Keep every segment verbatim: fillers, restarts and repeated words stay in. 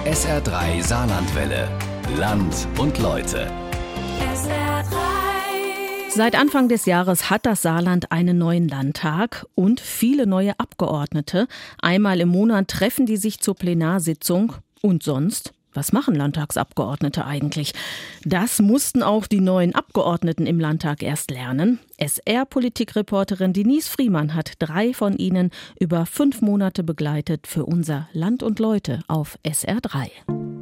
S R drei Saarlandwelle. Land und Leute. S R drei. Seit Anfang des Jahres hat das Saarland einen neuen Landtag und viele neue Abgeordnete. Einmal im Monat treffen die sich zur Plenarsitzung. Und sonst? Was machen Landtagsabgeordnete eigentlich? Das mussten auch die neuen Abgeordneten im Landtag erst lernen. S R-Politikreporterin Denise Friemann hat drei von ihnen über fünf Monate begleitet für unser Land und Leute auf S R drei.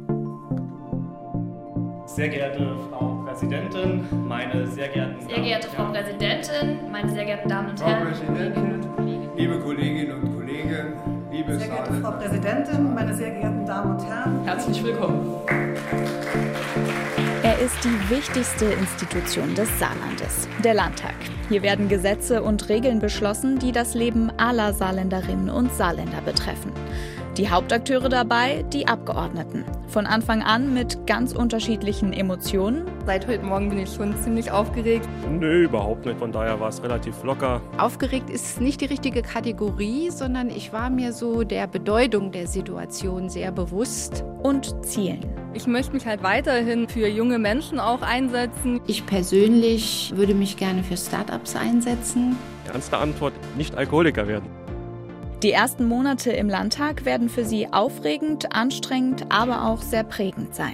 Sehr geehrte Frau Präsidentin, meine sehr geehrten Sehr geehrte Frau Präsidentin, meine sehr geehrten Damen und Herren, Frau Präsidentin, liebe Kolleginnen und Kollegen, liebe Sehr geehrte Frau Präsidentin, meine sehr geehrten Damen und Herren, herzlich willkommen. Er ist die wichtigste Institution des Saarlandes, der Landtag. Hier werden Gesetze und Regeln beschlossen, die das Leben aller Saarländerinnen und Saarländer betreffen. Die Hauptakteure dabei, die Abgeordneten. Von Anfang an mit ganz unterschiedlichen Emotionen. Seit heute Morgen bin ich schon ziemlich aufgeregt. Nö, überhaupt nicht. Von daher war es relativ locker. Aufgeregt ist nicht die richtige Kategorie, sondern ich war mir so der Bedeutung der Situation sehr bewusst. Und Zielen. Ich möchte mich halt weiterhin für junge Menschen auch einsetzen. Ich persönlich würde mich gerne für Start-ups einsetzen. Ernste Antwort, nicht Alkoholiker werden. Die ersten Monate im Landtag werden für sie aufregend, anstrengend, aber auch sehr prägend sein.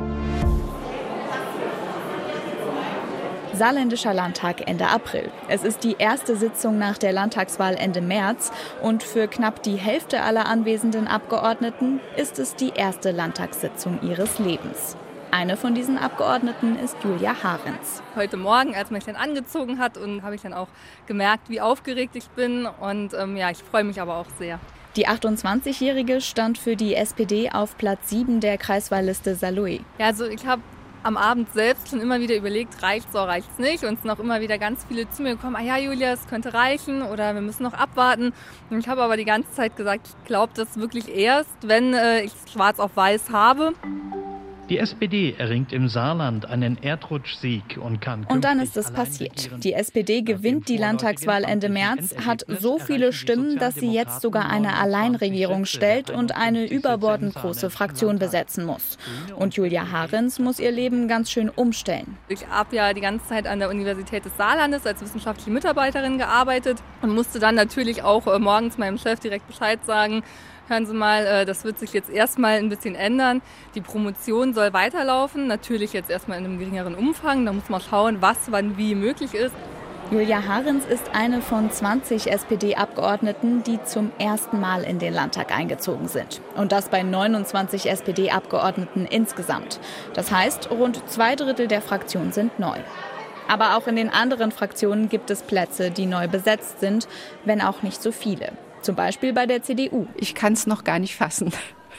Saarländischer Landtag Ende April. Es ist die erste Sitzung nach der Landtagswahl Ende März und für knapp die Hälfte aller anwesenden Abgeordneten ist es die erste Landtagssitzung ihres Lebens. Eine von diesen Abgeordneten ist Julia Harens. Heute Morgen, als man mich dann angezogen hat, und habe ich dann auch gemerkt, wie aufgeregt ich bin. Und ähm, ja, ich freue mich aber auch sehr. Die achtundzwanzigjährige stand für die S P D auf Platz sieben der Kreiswahlliste Saarlouis. Ja, also ich habe am Abend selbst schon immer wieder überlegt, reicht's oder reicht's nicht. Und es sind auch immer wieder ganz viele zu mir gekommen, ah ja Julia, es könnte reichen oder wir müssen noch abwarten. Und ich habe aber die ganze Zeit gesagt, ich glaube das wirklich erst, wenn äh, ich schwarz auf weiß habe. Die S P D erringt im Saarland einen Erdrutschsieg und kann Und dann ist es passiert. Die S P D gewinnt die Landtagswahl Ende März, hat so viele Stimmen, dass sie jetzt sogar eine Alleinregierung stellt und eine überbordend große Fraktion besetzen muss. Und Julia Harens muss ihr Leben ganz schön umstellen. Ich habe ja die ganze Zeit an der Universität des Saarlandes als wissenschaftliche Mitarbeiterin gearbeitet und musste dann natürlich auch morgens meinem Chef direkt Bescheid sagen, hören Sie mal, das wird sich jetzt erstmal ein bisschen ändern. Die Promotion soll weiterlaufen, natürlich jetzt erstmal in einem geringeren Umfang. Da muss man schauen, was wann wie möglich ist. Julia Harens ist eine von zwanzig S P D-Abgeordneten, die zum ersten Mal in den Landtag eingezogen sind. Und das bei neunundzwanzig S P D-Abgeordneten insgesamt. Das heißt, rund zwei Drittel der Fraktion sind neu. Aber auch in den anderen Fraktionen gibt es Plätze, die neu besetzt sind, wenn auch nicht so viele. Zum Beispiel bei der C D U. Ich kann es noch gar nicht fassen.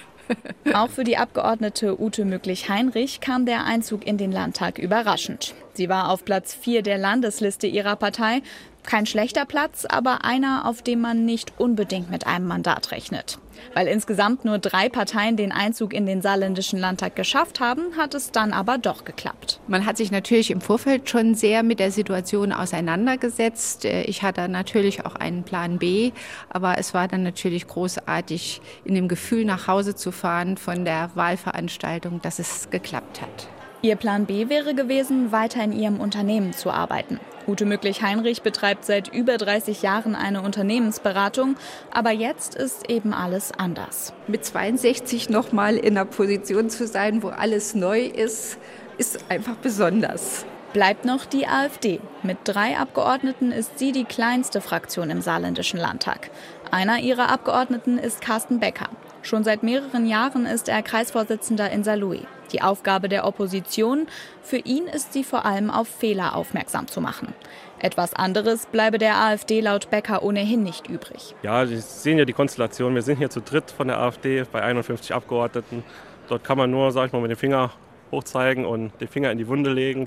Auch für die Abgeordnete Ute Möglich-Heinrich kam der Einzug in den Landtag überraschend. Sie war auf Platz vier der Landesliste ihrer Partei. Kein schlechter Platz, aber einer, auf dem man nicht unbedingt mit einem Mandat rechnet. Weil insgesamt nur drei Parteien den Einzug in den saarländischen Landtag geschafft haben, hat es dann aber doch geklappt. Man hat sich natürlich im Vorfeld schon sehr mit der Situation auseinandergesetzt. Ich hatte natürlich auch einen Plan B, aber es war dann natürlich großartig, in dem Gefühl nach Hause zu fahren von der Wahlveranstaltung, dass es geklappt hat. Ihr Plan B wäre gewesen, weiter in ihrem Unternehmen zu arbeiten. Ute Möglich-Heinrich betreibt seit über dreißig Jahren eine Unternehmensberatung, aber jetzt ist eben alles anders. Mit zweiundsechzig noch mal in einer Position zu sein, wo alles neu ist, ist einfach besonders. Bleibt noch die AfD. Mit drei Abgeordneten ist sie die kleinste Fraktion im saarländischen Landtag. Einer ihrer Abgeordneten ist Carsten Becker. Schon seit mehreren Jahren ist er Kreisvorsitzender in Saarlouis. Die Aufgabe der Opposition, für ihn ist sie vor allem auf Fehler aufmerksam zu machen. Etwas anderes bleibe der AfD laut Becker ohnehin nicht übrig. Ja, Sie sehen ja die Konstellation. Wir sind hier zu dritt von der AfD bei einundfünfzig Abgeordneten. Dort kann man nur, sag ich mal, mit dem Finger hochzeigen und den Finger in die Wunde legen.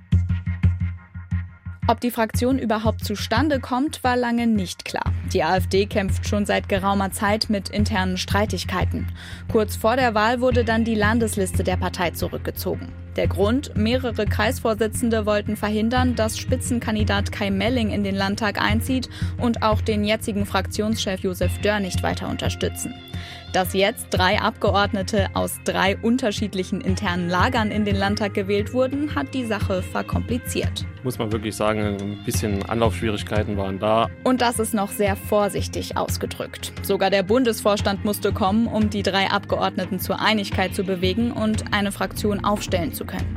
Ob die Fraktion überhaupt zustande kommt, war lange nicht klar. Die AfD kämpft schon seit geraumer Zeit mit internen Streitigkeiten. Kurz vor der Wahl wurde dann die Landesliste der Partei zurückgezogen. Der Grund: mehrere Kreisvorsitzende wollten verhindern, dass Spitzenkandidat Kai Melling in den Landtag einzieht und auch den jetzigen Fraktionschef Josef Dörr nicht weiter unterstützen. Dass jetzt drei Abgeordnete aus drei unterschiedlichen internen Lagern in den Landtag gewählt wurden, hat die Sache verkompliziert. Muss man wirklich sagen, ein bisschen Anlaufschwierigkeiten waren da. Und das ist noch sehr vorsichtig ausgedrückt. Sogar der Bundesvorstand musste kommen, um die drei Abgeordneten zur Einigkeit zu bewegen und eine Fraktion aufstellen zu können.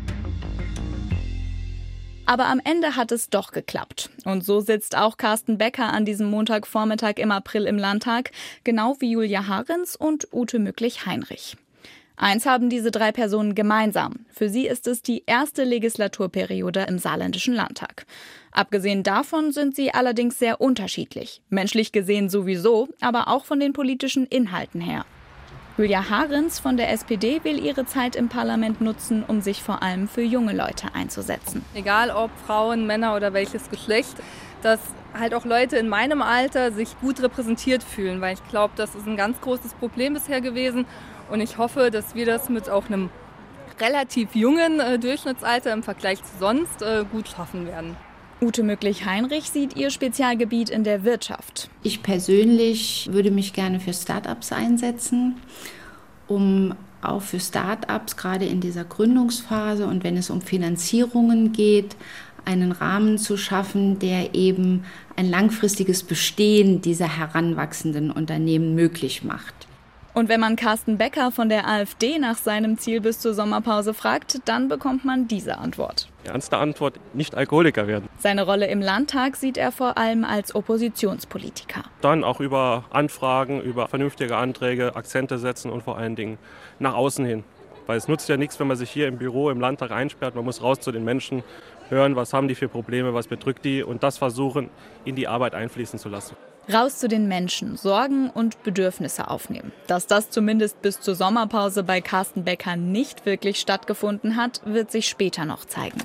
Aber am Ende hat es doch geklappt. Und so sitzt auch Carsten Becker an diesem Montagvormittag im April im Landtag, genau wie Julia Harens und Ute Mücklich-Heinrich. Eins haben diese drei Personen gemeinsam. Für sie ist es die erste Legislaturperiode im Saarländischen Landtag. Abgesehen davon sind sie allerdings sehr unterschiedlich. Menschlich gesehen sowieso, aber auch von den politischen Inhalten her. Julia Harens von der S P D will ihre Zeit im Parlament nutzen, um sich vor allem für junge Leute einzusetzen. Egal ob Frauen, Männer oder welches Geschlecht, dass halt auch Leute in meinem Alter sich gut repräsentiert fühlen, weil ich glaube, das ist ein ganz großes Problem bisher gewesen und ich hoffe, dass wir das mit auch einem relativ jungen äh, Durchschnittsalter im Vergleich zu sonst äh, gut schaffen werden. Ute Mücklich-Heinrich sieht ihr Spezialgebiet in der Wirtschaft. Ich persönlich würde mich gerne für Start-ups einsetzen, um auch für Start-ups gerade in dieser Gründungsphase und wenn es um Finanzierungen geht, einen Rahmen zu schaffen, der eben ein langfristiges Bestehen dieser heranwachsenden Unternehmen möglich macht. Und wenn man Carsten Becker von der AfD nach seinem Ziel bis zur Sommerpause fragt, dann bekommt man diese Antwort. Die ernste Antwort, nicht Alkoholiker werden. Seine Rolle im Landtag sieht er vor allem als Oppositionspolitiker. Dann auch über Anfragen, über vernünftige Anträge, Akzente setzen und vor allen Dingen nach außen hin. Weil es nutzt ja nichts, wenn man sich hier im Büro, im Landtag einsperrt. Man muss raus zu den Menschen, hören, was haben die für Probleme, was bedrückt die und das versuchen, in die Arbeit einfließen zu lassen. Raus zu den Menschen, Sorgen und Bedürfnisse aufnehmen. Dass das zumindest bis zur Sommerpause bei Carsten Becker nicht wirklich stattgefunden hat, wird sich später noch zeigen.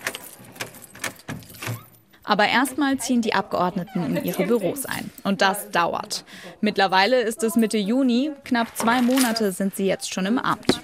Aber erstmal ziehen die Abgeordneten in ihre Büros ein. Und das dauert. Mittlerweile ist es Mitte Juni, knapp zwei Monate sind sie jetzt schon im Amt.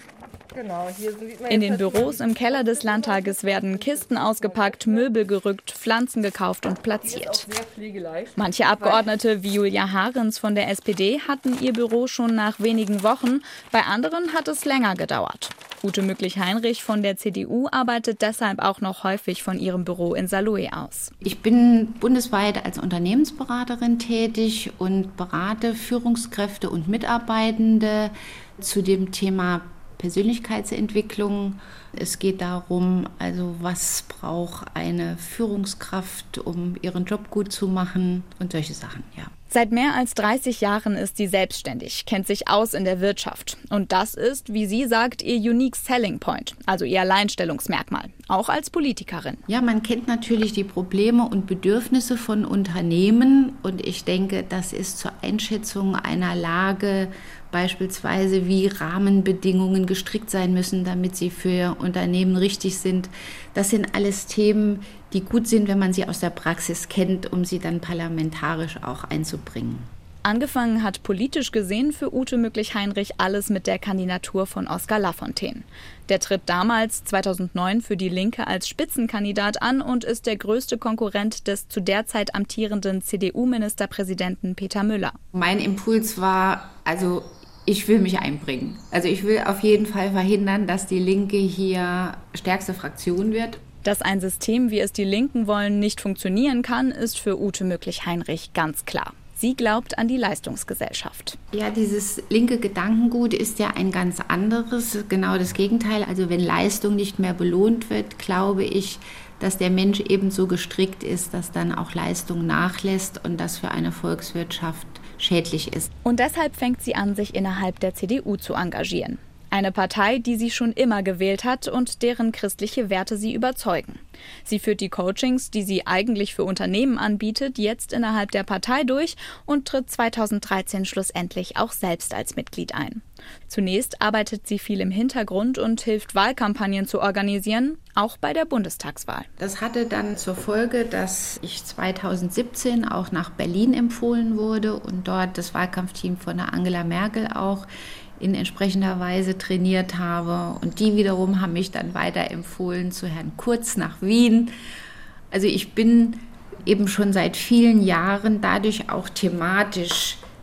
Genau, hier sieht man in den Büros im Keller des Landtages werden Kisten ausgepackt, Möbel gerückt, Pflanzen gekauft und platziert. Manche Abgeordnete wie Julia Harens von der S P D hatten ihr Büro schon nach wenigen Wochen, bei anderen hat es länger gedauert. Ute Mücklich-Heinrich von der C D U arbeitet deshalb auch noch häufig von ihrem Büro in Saarlouis aus. Ich bin bundesweit als Unternehmensberaterin tätig und berate Führungskräfte und Mitarbeitende zu dem Thema Persönlichkeitsentwicklung. Es geht darum, also was braucht eine Führungskraft, um ihren Job gut zu machen und solche Sachen, ja. Seit mehr als dreißig Jahren ist sie selbstständig, kennt sich aus in der Wirtschaft. Und das ist, wie sie sagt, ihr Unique Selling Point, also ihr Alleinstellungsmerkmal, auch als Politikerin. Ja, man kennt natürlich die Probleme und Bedürfnisse von Unternehmen und ich denke, das ist zur Einschätzung einer Lage, beispielsweise wie Rahmenbedingungen gestrickt sein müssen, damit sie für Unternehmen richtig sind. Das sind alles Themen, die gut sind, wenn man sie aus der Praxis kennt, um sie dann parlamentarisch auch einzubringen. Angefangen hat politisch gesehen für Ute Mücklich-Heinrich alles mit der Kandidatur von Oskar Lafontaine. Der tritt damals zweitausendneun für die Linke als Spitzenkandidat an und ist der größte Konkurrent des zu der Zeit amtierenden C D U-Ministerpräsidenten Peter Müller. Mein Impuls war, also ich will mich einbringen. Also ich will auf jeden Fall verhindern, dass die Linke hier stärkste Fraktion wird. Dass ein System, wie es die Linken wollen, nicht funktionieren kann, ist für Ute Mücklich-Heinrich ganz klar. Sie glaubt an die Leistungsgesellschaft. Ja, dieses linke Gedankengut ist ja ein ganz anderes, genau das Gegenteil. Also wenn Leistung nicht mehr belohnt wird, glaube ich, dass der Mensch eben so gestrickt ist, dass dann auch Leistung nachlässt und das für eine Volkswirtschaft schädlich ist. Und deshalb fängt sie an, sich innerhalb der C D U zu engagieren. Eine Partei, die sie schon immer gewählt hat und deren christliche Werte sie überzeugen. Sie führt die Coachings, die sie eigentlich für Unternehmen anbietet, jetzt innerhalb der Partei durch und tritt zweitausenddreizehn schlussendlich auch selbst als Mitglied ein. Zunächst arbeitet sie viel im Hintergrund und hilft, Wahlkampagnen zu organisieren, auch bei der Bundestagswahl. Das hatte dann zur Folge, dass ich zweitausendsiebzehn auch nach Berlin empfohlen wurde und dort das Wahlkampfteam von der Angela Merkel auch in entsprechender Weise trainiert habe. Und die wiederum haben mich dann weiterempfohlen zu Herrn Kurz nach Wien. Also ich bin eben schon seit vielen Jahren dadurch auch thematisch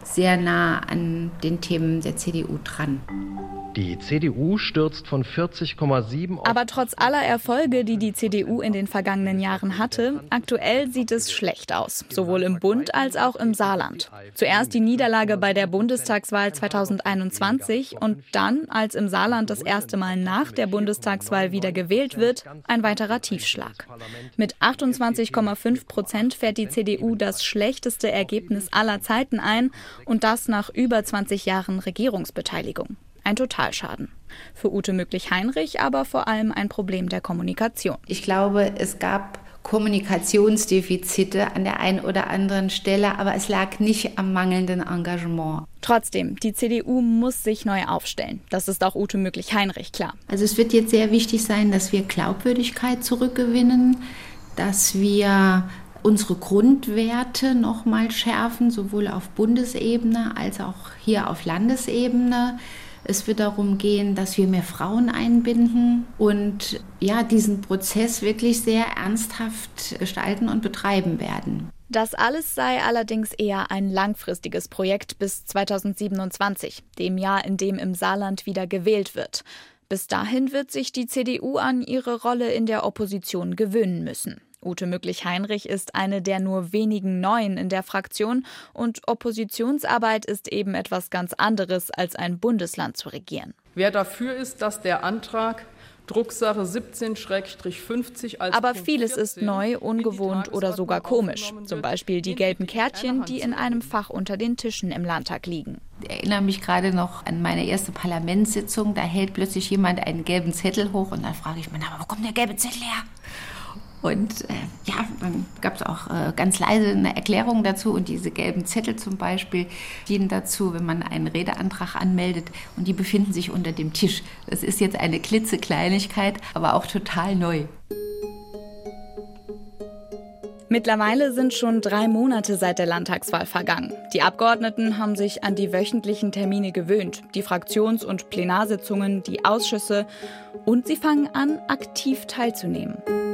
sehr nah an den Themen der C D U dran. Die C D U stürzt von vierzig Komma sieben auf... Aber trotz aller Erfolge, die die C D U in den vergangenen Jahren hatte, aktuell sieht es schlecht aus, sowohl im Bund als auch im Saarland. Zuerst die Niederlage bei der Bundestagswahl zweitausendeinundzwanzig und dann, als im Saarland das erste Mal nach der Bundestagswahl wieder gewählt wird, ein weiterer Tiefschlag. Mit achtundzwanzig Komma fünf Prozent fährt die C D U das schlechteste Ergebnis aller Zeiten ein und das nach über zwanzig Jahren Regierungsbeteiligung. Ein Totalschaden. Für Ute Möglich-Heinrich aber vor allem ein Problem der Kommunikation. Ich glaube, es gab Kommunikationsdefizite an der einen oder anderen Stelle, aber es lag nicht am mangelnden Engagement. Trotzdem, die C D U muss sich neu aufstellen. Das ist auch Ute Möglich-Heinrich klar. Also es wird jetzt sehr wichtig sein, dass wir Glaubwürdigkeit zurückgewinnen, dass wir unsere Grundwerte noch mal schärfen, sowohl auf Bundesebene als auch hier auf Landesebene. Es wird darum gehen, dass wir mehr Frauen einbinden und ja, diesen Prozess wirklich sehr ernsthaft gestalten und betreiben werden. Das alles sei allerdings eher ein langfristiges Projekt bis zweitausendsiebenundzwanzig, dem Jahr, in dem im Saarland wieder gewählt wird. Bis dahin wird sich die C D U an ihre Rolle in der Opposition gewöhnen müssen. Ute Möglich-Heinrich ist eine der nur wenigen Neuen in der Fraktion und Oppositionsarbeit ist eben etwas ganz anderes, als ein Bundesland zu regieren. Wer dafür ist, dass der Antrag Drucksache siebzehn fünfzig als Aber vieles ist neu, ungewohnt oder sogar komisch. Zum Beispiel die gelben Kärtchen, die in einem Fach unter den Tischen im Landtag liegen. Ich erinnere mich gerade noch an meine erste Parlamentssitzung. Da hält plötzlich jemand einen gelben Zettel hoch und dann frage ich mich, wo kommt der gelbe Zettel her? Und äh, ja, dann gab es auch äh, ganz leise eine Erklärung dazu und diese gelben Zettel zum Beispiel dienen dazu, wenn man einen Redeantrag anmeldet und die befinden sich unter dem Tisch. Das ist jetzt eine klitzekleinigkeit, aber auch total neu. Mittlerweile sind schon drei Monate seit der Landtagswahl vergangen. Die Abgeordneten haben sich an die wöchentlichen Termine gewöhnt, die Fraktions- und Plenarsitzungen, die Ausschüsse und sie fangen an, aktiv teilzunehmen.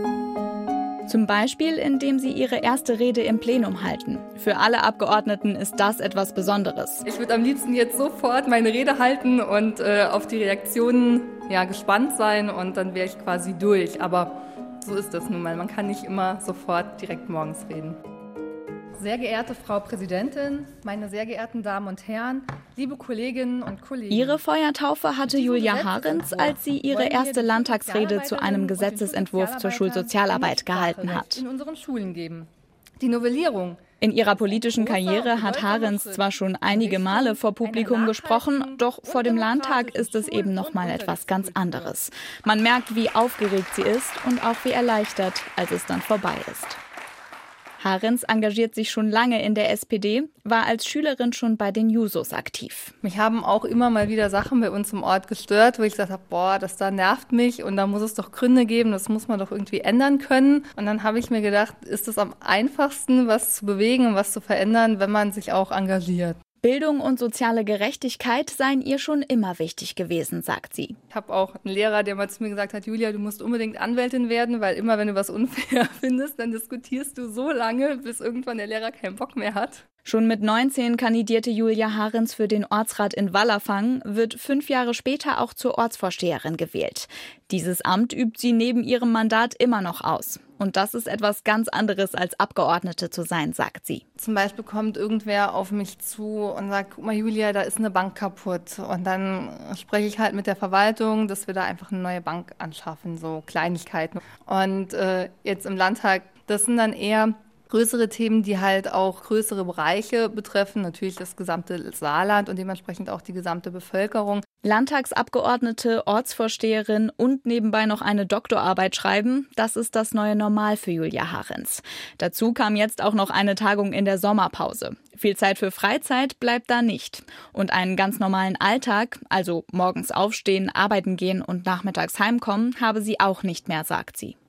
Zum Beispiel, indem sie ihre erste Rede im Plenum halten. Für alle Abgeordneten ist das etwas Besonderes. Ich würde am liebsten jetzt sofort meine Rede halten und äh, auf die Reaktionen ja, gespannt sein und dann wäre ich quasi durch. Aber so ist das nun mal. Man kann nicht immer sofort direkt morgens reden. Sehr geehrte Frau Präsidentin, meine sehr geehrten Damen und Herren, liebe Kolleginnen und Kollegen. Ihre Feuertaufe hatte Julia Harrens, als sie ihre erste Landtagsrede zu einem Gesetzesentwurf zur Schulsozialarbeit gehalten hat. In unseren Schulen geben. Die Novellierung. In ihrer politischen Karriere hat Harrens zwar schon einige Male vor Publikum gesprochen, doch vor dem Landtag ist es eben noch mal etwas ganz anderes. Man merkt, wie aufgeregt sie ist und auch wie erleichtert, als es dann vorbei ist. Harrens engagiert sich schon lange in der S P D, war als Schülerin schon bei den Jusos aktiv. Mich haben auch immer mal wieder Sachen bei uns im Ort gestört, wo ich gesagt habe, boah, das da nervt mich und da muss es doch Gründe geben, das muss man doch irgendwie ändern können. Und dann habe ich mir gedacht, ist es am einfachsten, was zu bewegen und was zu verändern, wenn man sich auch engagiert. Bildung und soziale Gerechtigkeit seien ihr schon immer wichtig gewesen, sagt sie. Ich habe auch einen Lehrer, der mal zu mir gesagt hat, Julia, du musst unbedingt Anwältin werden, weil immer, wenn du was unfair findest, dann diskutierst du so lange, bis irgendwann der Lehrer keinen Bock mehr hat. Schon mit neunzehn kandidierte Julia Harrens für den Ortsrat in Wallerfang, wird fünf Jahre später auch zur Ortsvorsteherin gewählt. Dieses Amt übt sie neben ihrem Mandat immer noch aus. Und das ist etwas ganz anderes als Abgeordnete zu sein, sagt sie. Zum Beispiel kommt irgendwer auf mich zu und sagt, guck mal Julia, da ist eine Bank kaputt. Und dann spreche ich halt mit der Verwaltung, dass wir da einfach eine neue Bank anschaffen, so Kleinigkeiten. Und äh, jetzt im Landtag, das sind dann eher größere Themen, die halt auch größere Bereiche betreffen, natürlich das gesamte Saarland und dementsprechend auch die gesamte Bevölkerung. Landtagsabgeordnete, Ortsvorsteherin und nebenbei noch eine Doktorarbeit schreiben, das ist das neue Normal für Julia Harrens. Dazu kam jetzt auch noch eine Tagung in der Sommerpause. Viel Zeit für Freizeit bleibt da nicht. Und einen ganz normalen Alltag, also morgens aufstehen, arbeiten gehen und nachmittags heimkommen, habe sie auch nicht mehr, sagt sie.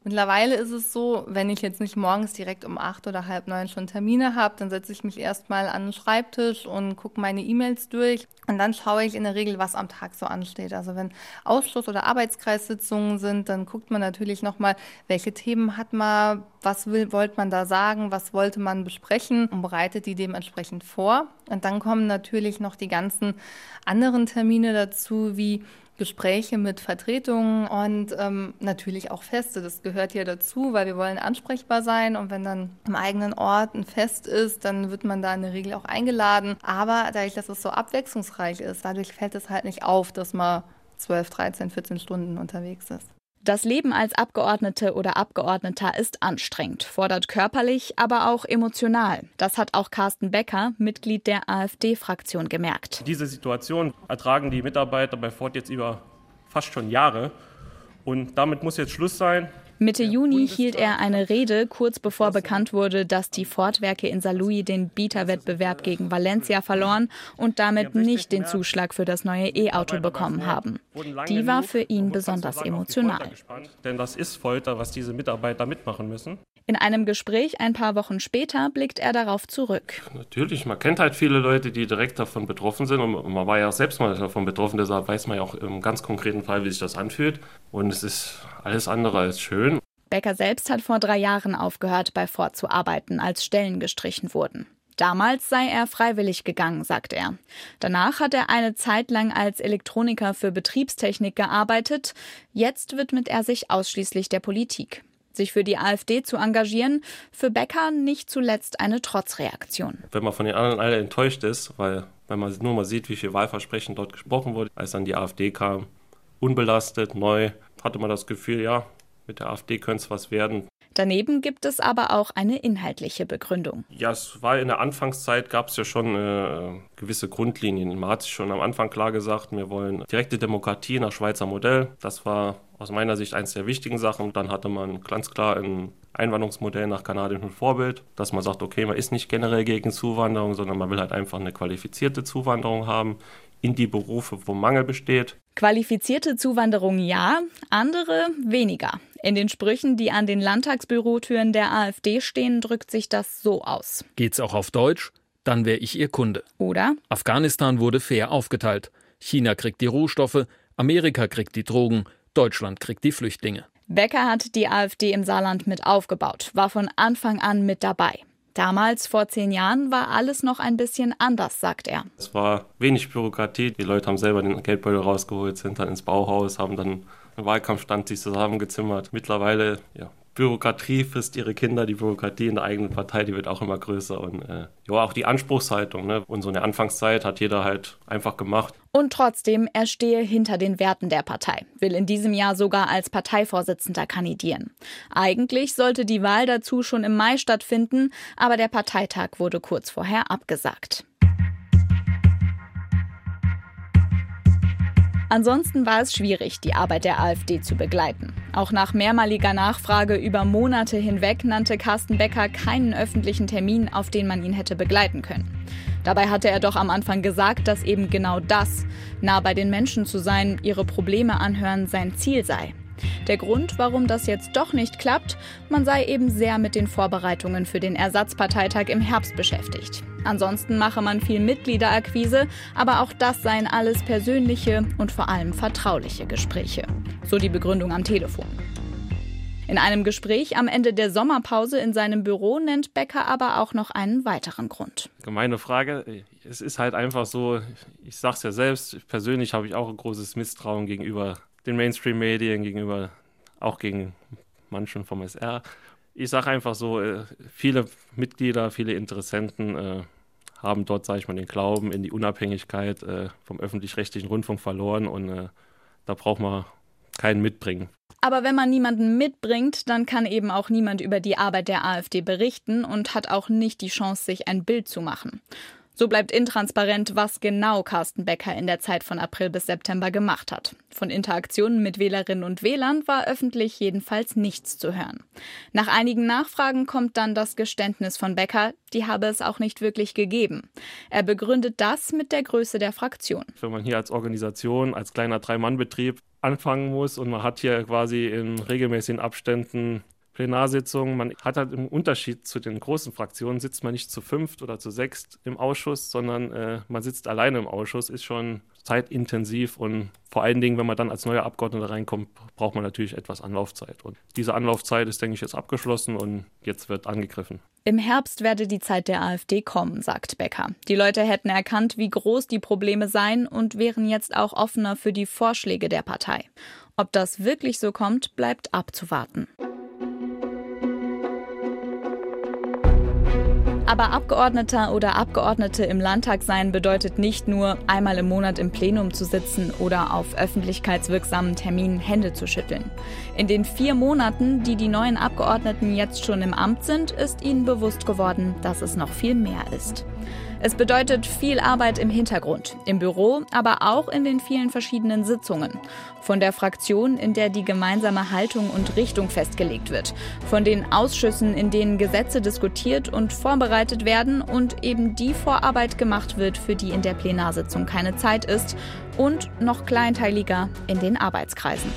Mittlerweile ist es so, wenn ich jetzt nicht morgens direkt um acht oder halb neun schon Termine habe, dann setze ich mich erstmal an den Schreibtisch und gucke meine E-Mails durch. Und dann schaue ich in der Regel, was am Tag so ansteht. Also wenn Ausschuss- oder Arbeitskreissitzungen sind, dann guckt man natürlich nochmal, welche Themen hat man, was will, wollte man da sagen, was wollte man besprechen und bereitet die dementsprechend vor. Und dann kommen natürlich noch die ganzen anderen Termine dazu, wie Gespräche mit Vertretungen und ähm, natürlich auch Feste. Das gehört ja dazu, weil wir wollen ansprechbar sein. Und wenn dann am eigenen Ort ein Fest ist, dann wird man da in der Regel auch eingeladen. Aber dadurch, dass es so abwechslungsreich ist, dadurch fällt es halt nicht auf, dass man zwölf, dreizehn, vierzehn Stunden unterwegs ist. Das Leben als Abgeordnete oder Abgeordneter ist anstrengend, fordert körperlich, aber auch emotional. Das hat auch Carsten Becker, Mitglied der AfD-Fraktion, gemerkt. Diese Situation ertragen die Mitarbeiter bei Ford jetzt über fast schon Jahre. Und damit muss jetzt Schluss sein. Mitte Juni hielt er eine Rede, kurz bevor bekannt wurde, dass die Ford-Werke in Saarlouis den Bieterwettbewerb gegen Valencia verloren und damit nicht den Zuschlag für das neue E-Auto bekommen haben. Die war für ihn besonders emotional. Denn das ist Folter, was diese Mitarbeiter mitmachen müssen. In einem Gespräch ein paar Wochen später blickt er darauf zurück. Natürlich, man kennt halt viele Leute, die direkt davon betroffen sind. Und man war ja auch selbst mal davon betroffen, deshalb weiß man ja auch im ganz konkreten Fall, wie sich das anfühlt. Und es ist alles andere als schön. Becker selbst hat vor drei Jahren aufgehört, bei Ford zu arbeiten, als Stellen gestrichen wurden. Damals sei er freiwillig gegangen, sagt er. Danach hat er eine Zeit lang als Elektroniker für Betriebstechnik gearbeitet. Jetzt widmet er sich ausschließlich der Politik. Sich für die AfD zu engagieren, für Becker nicht zuletzt eine Trotzreaktion. Wenn man von den anderen alle enttäuscht ist, weil wenn man nur mal sieht, wie viel Wahlversprechen dort gesprochen wurde, als dann die AfD kam, unbelastet, neu, hatte man das Gefühl, ja, mit der AfD könnte es was werden. Daneben gibt es aber auch eine inhaltliche Begründung. Ja, es war in der Anfangszeit, gab es ja schon äh, gewisse Grundlinien. Man hat sich schon am Anfang klar gesagt, wir wollen direkte Demokratie nach Schweizer Modell. Das war aus meiner Sicht eines der wichtigen Sachen. Dann hatte man ganz klar ein Einwanderungsmodell nach kanadischem Vorbild, dass man sagt, okay, man ist nicht generell gegen Zuwanderung, sondern man will halt einfach eine qualifizierte Zuwanderung haben in die Berufe, wo Mangel besteht. Qualifizierte Zuwanderung ja, andere weniger. In den Sprüchen, die an den Landtagsbürotüren der AfD stehen, drückt sich das so aus. Geht's auch auf Deutsch? Dann wäre ich Ihr Kunde. Oder? Afghanistan wurde fair aufgeteilt. China kriegt die Rohstoffe, Amerika kriegt die Drogen, Deutschland kriegt die Flüchtlinge. Becker hat die AfD im Saarland mit aufgebaut, war von Anfang an mit dabei. Damals, vor zehn Jahren, war alles noch ein bisschen anders, sagt er. Es war wenig Bürokratie. Die Leute haben selber den Geldbeutel rausgeholt, sind dann ins Bauhaus, haben dann einen Wahlkampfstand sich zusammengezimmert. Mittlerweile, ja, Bürokratie frisst ihre Kinder. Die Bürokratie in der eigenen Partei, die wird auch immer größer. Und äh, ja, auch die Anspruchshaltung. Ne? Und so eine Anfangszeit hat jeder halt einfach gemacht. Und trotzdem, er stehe hinter den Werten der Partei, will in diesem Jahr sogar als Parteivorsitzender kandidieren. Eigentlich sollte die Wahl dazu schon im Mai stattfinden, aber der Parteitag wurde kurz vorher abgesagt. Ansonsten war es schwierig, die Arbeit der AfD zu begleiten. Auch nach mehrmaliger Nachfrage über Monate hinweg nannte Carsten Becker keinen öffentlichen Termin, auf den man ihn hätte begleiten können. Dabei hatte er doch am Anfang gesagt, dass eben genau das, nah bei den Menschen zu sein, ihre Probleme anhören, sein Ziel sei. Der Grund, warum das jetzt doch nicht klappt, man sei eben sehr mit den Vorbereitungen für den Ersatzparteitag im Herbst beschäftigt. Ansonsten mache man viel Mitgliederakquise, aber auch das seien alles persönliche und vor allem vertrauliche Gespräche. So die Begründung am Telefon. In einem Gespräch am Ende der Sommerpause in seinem Büro nennt Becker aber auch noch einen weiteren Grund. Gemeine Frage. Es ist halt einfach so, ich sag's ja selbst, persönlich habe ich auch ein großes Misstrauen gegenüber den Mainstream-Medien, gegenüber auch gegen manchen vom S R. Ich sage einfach so, viele Mitglieder, viele Interessenten äh, haben dort, sage ich mal, den Glauben in die Unabhängigkeit äh, vom öffentlich-rechtlichen Rundfunk verloren und äh, da braucht man keinen mitbringen. Aber wenn man niemanden mitbringt, dann kann eben auch niemand über die Arbeit der AfD berichten und hat auch nicht die Chance, sich ein Bild zu machen. So bleibt intransparent, was genau Carsten Becker in der Zeit von April bis September gemacht hat. Von Interaktionen mit Wählerinnen und Wählern war öffentlich jedenfalls nichts zu hören. Nach einigen Nachfragen kommt dann das Geständnis von Becker, die habe es auch nicht wirklich gegeben. Er begründet das mit der Größe der Fraktion. Wenn man hier als Organisation, als kleiner Drei-Mann-Betrieb anfangen muss und man hat hier quasi in regelmäßigen Abständen Plenarsitzungen. Man hat halt im Unterschied zu den großen Fraktionen, sitzt man nicht zu fünft oder zu sechst im Ausschuss, sondern äh, man sitzt alleine im Ausschuss, ist schon zeitintensiv und vor allen Dingen, wenn man dann als neuer Abgeordneter reinkommt, braucht man natürlich etwas Anlaufzeit. Und diese Anlaufzeit ist, denke ich, jetzt abgeschlossen und jetzt wird angegriffen. Im Herbst werde die Zeit der AfD kommen, sagt Becker. Die Leute hätten erkannt, wie groß die Probleme seien und wären jetzt auch offener für die Vorschläge der Partei. Ob das wirklich so kommt, bleibt abzuwarten. Aber Abgeordneter oder Abgeordnete im Landtag sein bedeutet nicht nur, einmal im Monat im Plenum zu sitzen oder auf öffentlichkeitswirksamen Terminen Hände zu schütteln. In den vier Monaten, die die neuen Abgeordneten jetzt schon im Amt sind, ist ihnen bewusst geworden, dass es noch viel mehr ist. Es bedeutet viel Arbeit im Hintergrund, im Büro, aber auch in den vielen verschiedenen Sitzungen. Von der Fraktion, in der die gemeinsame Haltung und Richtung festgelegt wird. Von den Ausschüssen, in denen Gesetze diskutiert und vorbereitet werden und eben die Vorarbeit gemacht wird, für die in der Plenarsitzung keine Zeit ist. Und noch kleinteiliger in den Arbeitskreisen.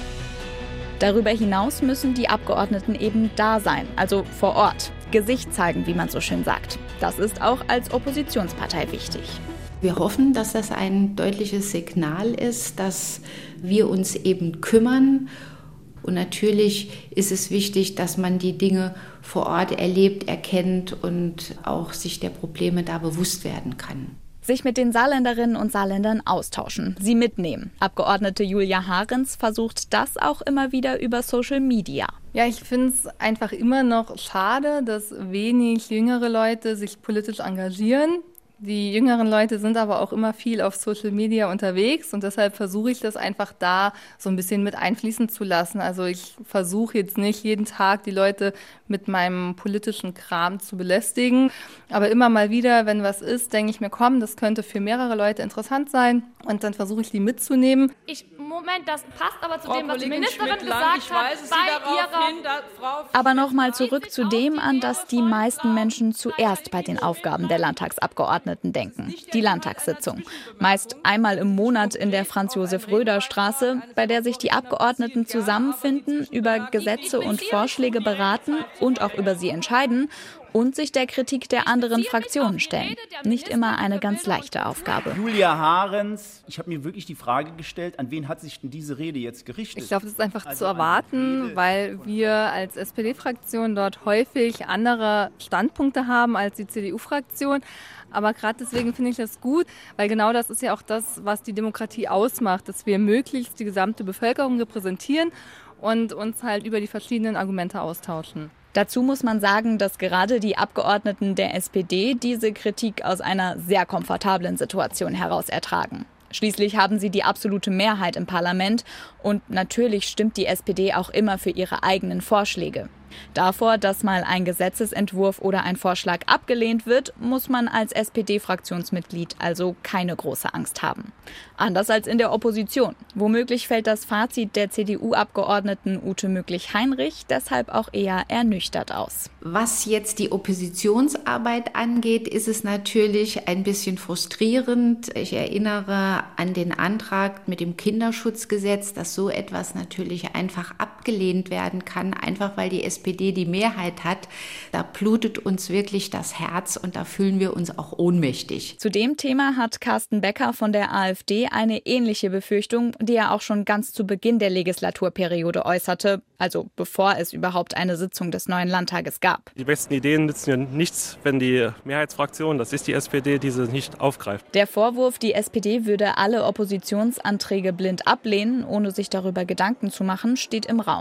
Darüber hinaus müssen die Abgeordneten eben da sein, also vor Ort. Gesicht zeigen, wie man so schön sagt. Das ist auch als Oppositionspartei wichtig. Wir hoffen, dass das ein deutliches Signal ist, dass wir uns eben kümmern. Und natürlich ist es wichtig, dass man die Dinge vor Ort erlebt, erkennt und auch sich der Probleme da bewusst werden kann. Sich mit den Saarländerinnen und Saarländern austauschen, sie mitnehmen. Abgeordnete Julia Harens versucht das auch immer wieder über Social Media. Ja, ich finde es einfach immer noch schade, dass wenig jüngere Leute sich politisch engagieren. Die jüngeren Leute sind aber auch immer viel auf Social Media unterwegs und deshalb versuche ich das einfach da so ein bisschen mit einfließen zu lassen. Also ich versuche jetzt nicht jeden Tag die Leute mit meinem politischen Kram zu belästigen, aber immer mal wieder, wenn was ist, denke ich mir, komm, das könnte für mehrere Leute interessant sein und dann versuche ich die mitzunehmen. Ich, Moment, das passt aber zu Frau dem, was die Kollegin Ministerin Schmidt-Lang, gesagt ich weiß, hat, Sie bei darauf ihrer... hin, da, Frau Aber nochmal zurück zu dem, an das die meisten Menschen zuerst bei den Aufgaben der Landtagsabgeordneten denken. Die Landtagssitzung. Meist einmal im Monat in der Franz-Josef-Röder-Straße, bei der sich die Abgeordneten zusammenfinden, über Gesetze und Vorschläge beraten und auch über sie entscheiden und sich der Kritik der anderen Fraktionen stellen. Nicht immer eine ganz leichte Aufgabe. Julia Harens, ich habe mir wirklich die Frage gestellt, an wen hat sich denn diese Rede jetzt gerichtet? Ich glaube, das ist einfach also zu erwarten, weil wir als S P D-Fraktion dort häufig andere Standpunkte haben als die C D U-Fraktion. Aber gerade deswegen finde ich das gut, weil genau das ist ja auch das, was die Demokratie ausmacht, dass wir möglichst die gesamte Bevölkerung repräsentieren und uns halt über die verschiedenen Argumente austauschen. Dazu muss man sagen, dass gerade die Abgeordneten der S P D diese Kritik aus einer sehr komfortablen Situation heraus ertragen. Schließlich haben sie die absolute Mehrheit im Parlament und natürlich stimmt die S P D auch immer für ihre eigenen Vorschläge. Davor, dass mal ein Gesetzesentwurf oder ein Vorschlag abgelehnt wird, muss man als S P D-Fraktionsmitglied also keine große Angst haben. Anders als in der Opposition. Womöglich fällt das Fazit der C D U-Abgeordneten Ute Möglich-Heinrich deshalb auch eher ernüchtert aus. Was jetzt die Oppositionsarbeit angeht, ist es natürlich ein bisschen frustrierend. Ich erinnere an den Antrag mit dem Kinderschutzgesetz, dass so etwas natürlich einfach abgelehnt werden kann, einfach weil die S P D die Mehrheit hat. Da blutet uns wirklich das Herz und da fühlen wir uns auch ohnmächtig. Zu dem Thema hat Carsten Becker von der AfD eine ähnliche Befürchtung, die er auch schon ganz zu Beginn der Legislaturperiode äußerte, also bevor es überhaupt eine Sitzung des neuen Landtages gab. Die besten Ideen nützen ja nichts, wenn die Mehrheitsfraktion, das ist die S P D, diese nicht aufgreift. Der Vorwurf, die S P D würde alle Oppositionsanträge blind ablehnen, ohne sich darüber Gedanken zu machen, steht im Raum.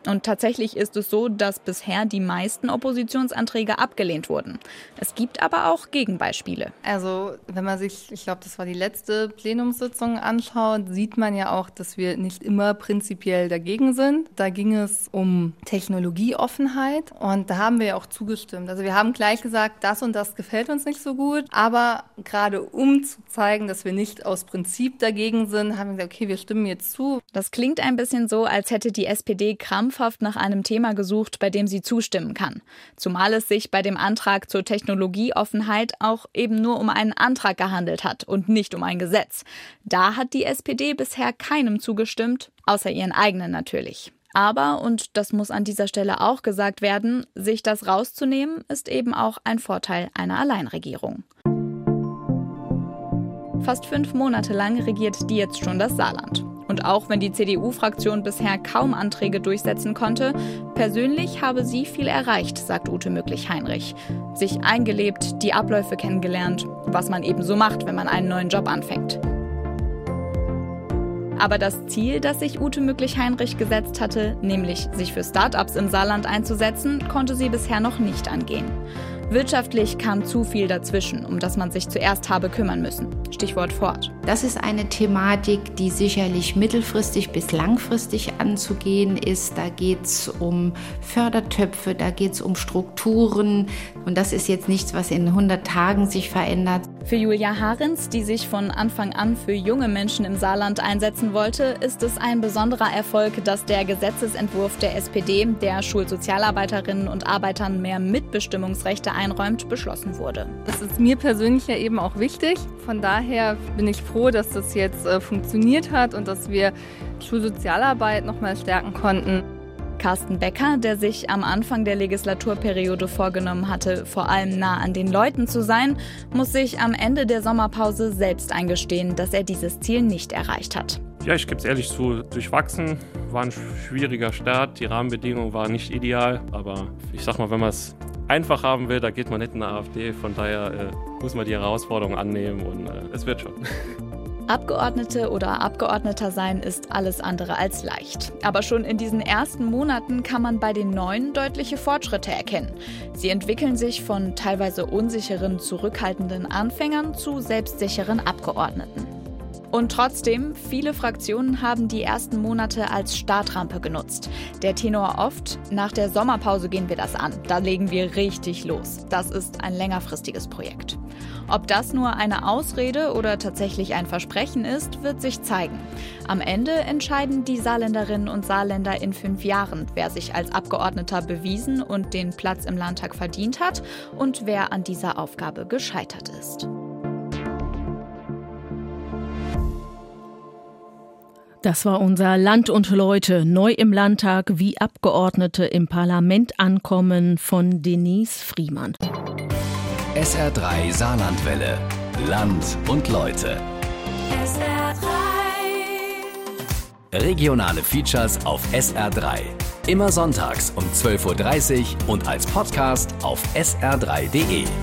Und tatsächlich ist es so, dass bisher die meisten Oppositionsanträge abgelehnt wurden. Es gibt aber auch Gegenbeispiele. Also wenn man sich, ich glaube, das war die letzte Plenumssitzung anschaut, sieht man ja auch, dass wir nicht immer prinzipiell dagegen sind. Da ging es um Technologieoffenheit und da haben wir ja auch zugestimmt. Also wir haben gleich gesagt, das und das gefällt uns nicht so gut, aber gerade um zu zeigen, dass wir nicht aus Prinzip dagegen sind, haben wir gesagt, okay, wir stimmen jetzt zu. Das klingt ein bisschen so, als hätte die S P D krampfhaft nach einem Thema gesucht, bei dem sie zustimmen kann. Zumal es sich bei dem Antrag zur Technologieoffenheit auch eben nur um einen Antrag gehandelt hat und nicht um ein Gesetz. Da hat die S P D bisher keinem zugestimmt, außer ihren eigenen natürlich. Aber, und das muss an dieser Stelle auch gesagt werden, sich das rauszunehmen, ist eben auch ein Vorteil einer Alleinregierung. Fast fünf Monate lang regiert die jetzt schon das Saarland. Und auch wenn die C D U-Fraktion bisher kaum Anträge durchsetzen konnte, persönlich habe sie viel erreicht, sagt Ute Möglich-Heinrich. Sich eingelebt, die Abläufe kennengelernt, was man eben so macht, wenn man einen neuen Job anfängt. Aber das Ziel, das sich Ute Möglich-Heinrich gesetzt hatte, nämlich sich für Start-ups im Saarland einzusetzen, konnte sie bisher noch nicht angehen. Wirtschaftlich kam zu viel dazwischen, um das man sich zuerst habe kümmern müssen. Stichwort Ford. Das ist eine Thematik, die sicherlich mittelfristig bis langfristig anzugehen ist. Da geht es um Fördertöpfe, da geht es um Strukturen. Und das ist jetzt nichts, was in hundert Tagen sich verändert. Für Julia Harens, die sich von Anfang an für junge Menschen im Saarland einsetzen wollte, ist es ein besonderer Erfolg, dass der Gesetzesentwurf der S P D, der Schulsozialarbeiterinnen und Arbeitern mehr Mitbestimmungsrechte einräumt, beschlossen wurde. Das ist mir persönlich ja eben auch wichtig. Von daher bin ich froh, dass das jetzt äh, funktioniert hat und dass wir Schulsozialarbeit noch mal stärken konnten. Carsten Becker, der sich am Anfang der Legislaturperiode vorgenommen hatte, vor allem nah an den Leuten zu sein, muss sich am Ende der Sommerpause selbst eingestehen, dass er dieses Ziel nicht erreicht hat. Ja, ich gebe es ehrlich zu, durchwachsen, war ein schwieriger Start, die Rahmenbedingungen waren nicht ideal, aber ich sag mal, wenn man es einfach haben will, da geht man nicht in der AfD, von daher äh, muss man die Herausforderung annehmen und äh, es wird schon. Abgeordnete oder Abgeordneter sein ist alles andere als leicht. Aber schon in diesen ersten Monaten kann man bei den Neuen deutliche Fortschritte erkennen. Sie entwickeln sich von teilweise unsicheren, zurückhaltenden Anfängern zu selbstsicheren Abgeordneten. Und trotzdem, viele Fraktionen haben die ersten Monate als Startrampe genutzt. Der Tenor oft, nach der Sommerpause gehen wir das an, da legen wir richtig los. Das ist ein längerfristiges Projekt. Ob das nur eine Ausrede oder tatsächlich ein Versprechen ist, wird sich zeigen. Am Ende entscheiden die Saarländerinnen und Saarländer in fünf Jahren, wer sich als Abgeordneter bewiesen und den Platz im Landtag verdient hat und wer an dieser Aufgabe gescheitert ist. Das war unser Land und Leute, neu im Landtag, wie Abgeordnete im Parlament ankommen, von Denise Friemann. S R drei Saarlandwelle. Land und Leute. S R drei. Regionale Features auf S R drei. Immer sonntags um zwölf Uhr dreißig und als Podcast auf S R drei punkt de.